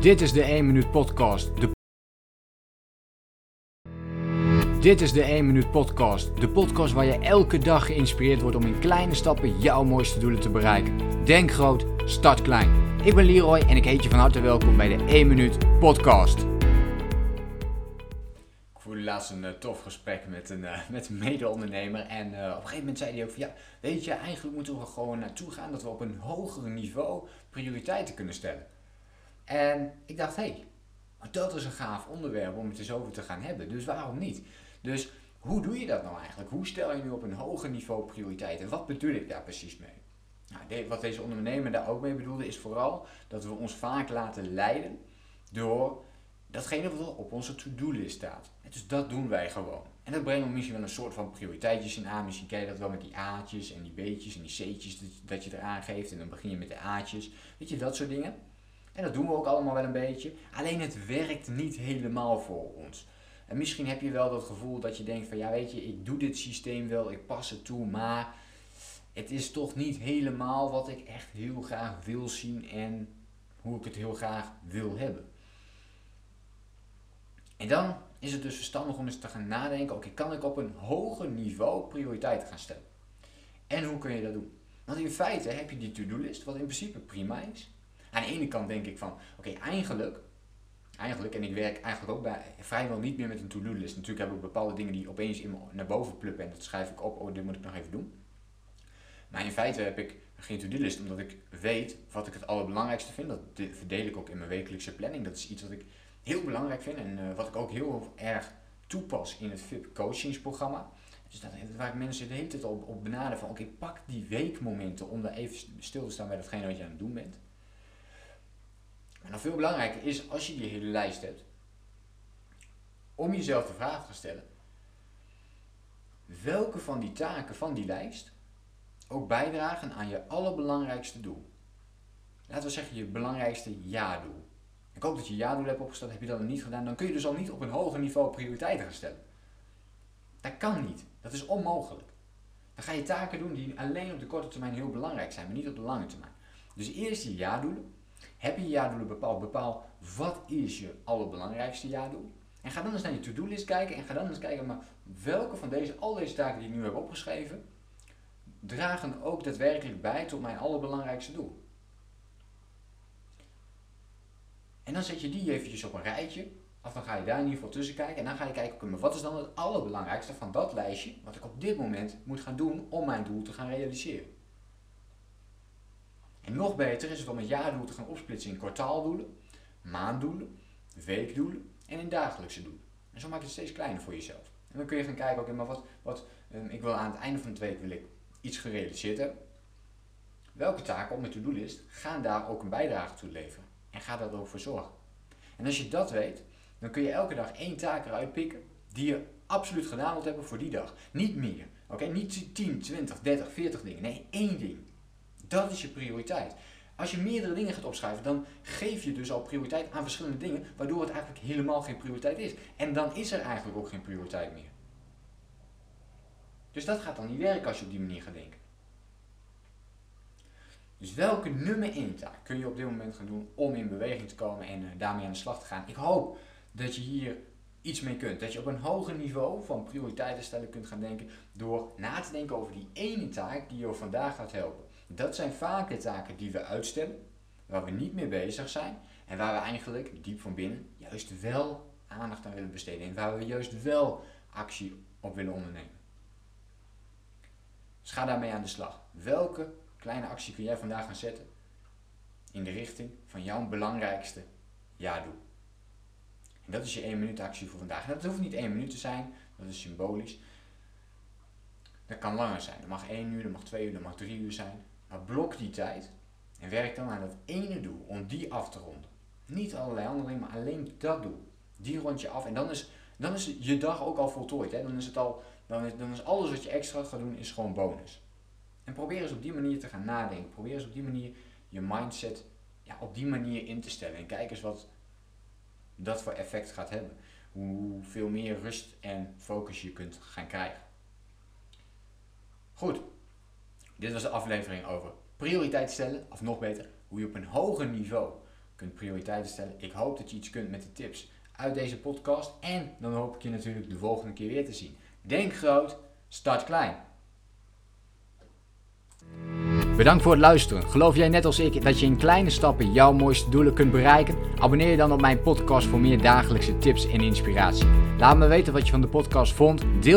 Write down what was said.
Dit is de 1 Minuut Podcast. Dit is de 1 Minuut Podcast. De podcast waar je elke dag geïnspireerd wordt om in kleine stappen jouw mooiste doelen te bereiken. Denk groot, start klein. Ik ben Leroy en ik heet je van harte welkom bij de 1 Minuut Podcast. Ik voelde laatst een tof gesprek met een mede-ondernemer en op een gegeven moment zei hij ook van ja, weet je, eigenlijk moeten we gewoon naartoe gaan dat we op een hoger niveau prioriteiten kunnen stellen. En ik dacht, hé, dat is een gaaf onderwerp om het eens over te gaan hebben, dus waarom niet? Dus hoe doe je dat nou eigenlijk? Hoe stel je nu op een hoger niveau prioriteiten? Wat bedoel ik daar precies mee? Nou, wat deze ondernemer daar ook mee bedoelde is vooral dat we ons vaak laten leiden door datgene wat op onze to-do-list staat. Dus dat doen wij gewoon. En dat brengt misschien wel een soort van prioriteitjes in aan. Misschien ken je dat wel met die A'tjes en die B'tjes en die C'tjes dat je eraan geeft. En dan begin je met de A'tjes. Weet je, dat soort dingen. En dat doen we ook allemaal wel een beetje. Alleen het werkt niet helemaal voor ons. En misschien heb je wel dat gevoel dat je denkt van ja weet je, ik doe dit systeem wel, ik pas het toe, maar het is toch niet helemaal wat ik echt heel graag wil zien en hoe ik het heel graag wil hebben. En dan is het dus verstandig om eens te gaan nadenken, oké, kan ik op een hoger niveau prioriteiten gaan stellen? En hoe kun je dat doen? Want in feite heb je die to-do-list, wat in principe prima is. Aan de ene kant denk ik van, oké, eigenlijk, en ik werk eigenlijk ook vrijwel niet meer met een to-do-list. Natuurlijk heb ik bepaalde dingen die opeens naar boven pluppen en dat schrijf ik op, oh dit moet ik nog even doen. Maar in feite heb ik geen to-do-list, omdat ik weet wat ik het allerbelangrijkste vind. Dat verdeel ik ook in mijn wekelijkse planning. Dat is iets wat ik heel belangrijk vind en wat ik ook heel erg toepas in het VIP coachingsprogramma. Dus waar ik mensen de hele tijd op benader van, oké, pak die weekmomenten om daar even stil te staan bij datgene wat je aan het doen bent. Maar nog veel belangrijker is, als je die hele lijst hebt, om jezelf de vraag te stellen, welke van die taken van die lijst ook bijdragen aan je allerbelangrijkste doel. Laten we zeggen je belangrijkste ja-doel. Ik hoop dat je ja-doel hebt opgesteld, heb je dat nog niet gedaan, dan kun je dus al niet op een hoger niveau prioriteiten gaan stellen. Dat kan niet, dat is onmogelijk. Dan ga je taken doen die alleen op de korte termijn heel belangrijk zijn, maar niet op de lange termijn. Dus eerst je ja-doelen. Heb je je ja-doelen bepaald wat is je allerbelangrijkste ja-doel? En ga dan eens naar je to-do-list kijken en ga dan eens kijken, maar welke van al deze taken die ik nu heb opgeschreven, dragen ook daadwerkelijk bij tot mijn allerbelangrijkste doel. En dan zet je die eventjes op een rijtje, of dan ga je daar in ieder geval tussen kijken en dan ga je kijken, maar wat is dan het allerbelangrijkste van dat lijstje, wat ik op dit moment moet gaan doen om mijn doel te gaan realiseren. En nog beter is het om een jaardoel te gaan opsplitsen in kwartaaldoelen, maanddoelen, weekdoelen en in dagelijkse doelen. En zo maak je het steeds kleiner voor jezelf. En dan kun je gaan kijken, oké, maar ik wil aan het einde van de week wil ik iets gerealiseerd hebben. Welke taken op mijn to-do-list gaan daar ook een bijdrage toe leveren? En ga daar ook voor zorgen. En als je dat weet, dan kun je elke dag 1 taak eruit pikken die je absoluut gedaan wilt hebben voor die dag. Niet meer. Oké, niet 10, 20, 30, 40 dingen. Nee, 1 ding. Dat is je prioriteit. Als je meerdere dingen gaat opschrijven, dan geef je dus al prioriteit aan verschillende dingen, waardoor het eigenlijk helemaal geen prioriteit is. En dan is er eigenlijk ook geen prioriteit meer. Dus dat gaat dan niet werken als je op die manier gaat denken. Dus welke nummer 1 taak kun je op dit moment gaan doen om in beweging te komen en daarmee aan de slag te gaan? Ik hoop dat je hier iets mee kunt. Dat je op een hoger niveau van prioriteiten stellen kunt gaan denken door na te denken over die ene taak die je vandaag gaat helpen. Dat zijn vaak de taken die we uitstellen, waar we niet mee bezig zijn en waar we eigenlijk diep van binnen juist wel aandacht aan willen besteden en waar we juist wel actie op willen ondernemen. Dus ga daarmee aan de slag. Welke kleine actie kun jij vandaag gaan zetten in de richting van jouw belangrijkste ja-doel? En dat is je 1 minuut actie voor vandaag. En dat hoeft niet 1 minuut te zijn, dat is symbolisch. Dat kan langer zijn. Dat mag 1 uur, dat mag 2 uur, dat mag 3 uur zijn. Maar blok die tijd en werk dan aan dat ene doel om die af te ronden. Niet allerlei andere dingen, maar alleen dat doel. Die rond je af en dan is je dag ook al voltooid. Hè? Dan is alles wat je extra gaat doen is gewoon bonus. En probeer eens op die manier te gaan nadenken. Probeer eens op die manier je mindset op die manier in te stellen. En kijk eens wat dat voor effect gaat hebben. Hoeveel meer rust en focus je kunt gaan krijgen. Goed, dit was de aflevering over prioriteit stellen, of nog beter, hoe je op een hoger niveau kunt prioriteiten stellen. Ik hoop dat je iets kunt met de tips uit deze podcast. En dan hoop ik je natuurlijk de volgende keer weer te zien. Denk groot, start klein. Bedankt voor het luisteren. Geloof jij net als ik dat je in kleine stappen jouw mooiste doelen kunt bereiken? Abonneer je dan op mijn podcast voor meer dagelijkse tips en inspiratie. Laat me weten wat je van de podcast vond. Deel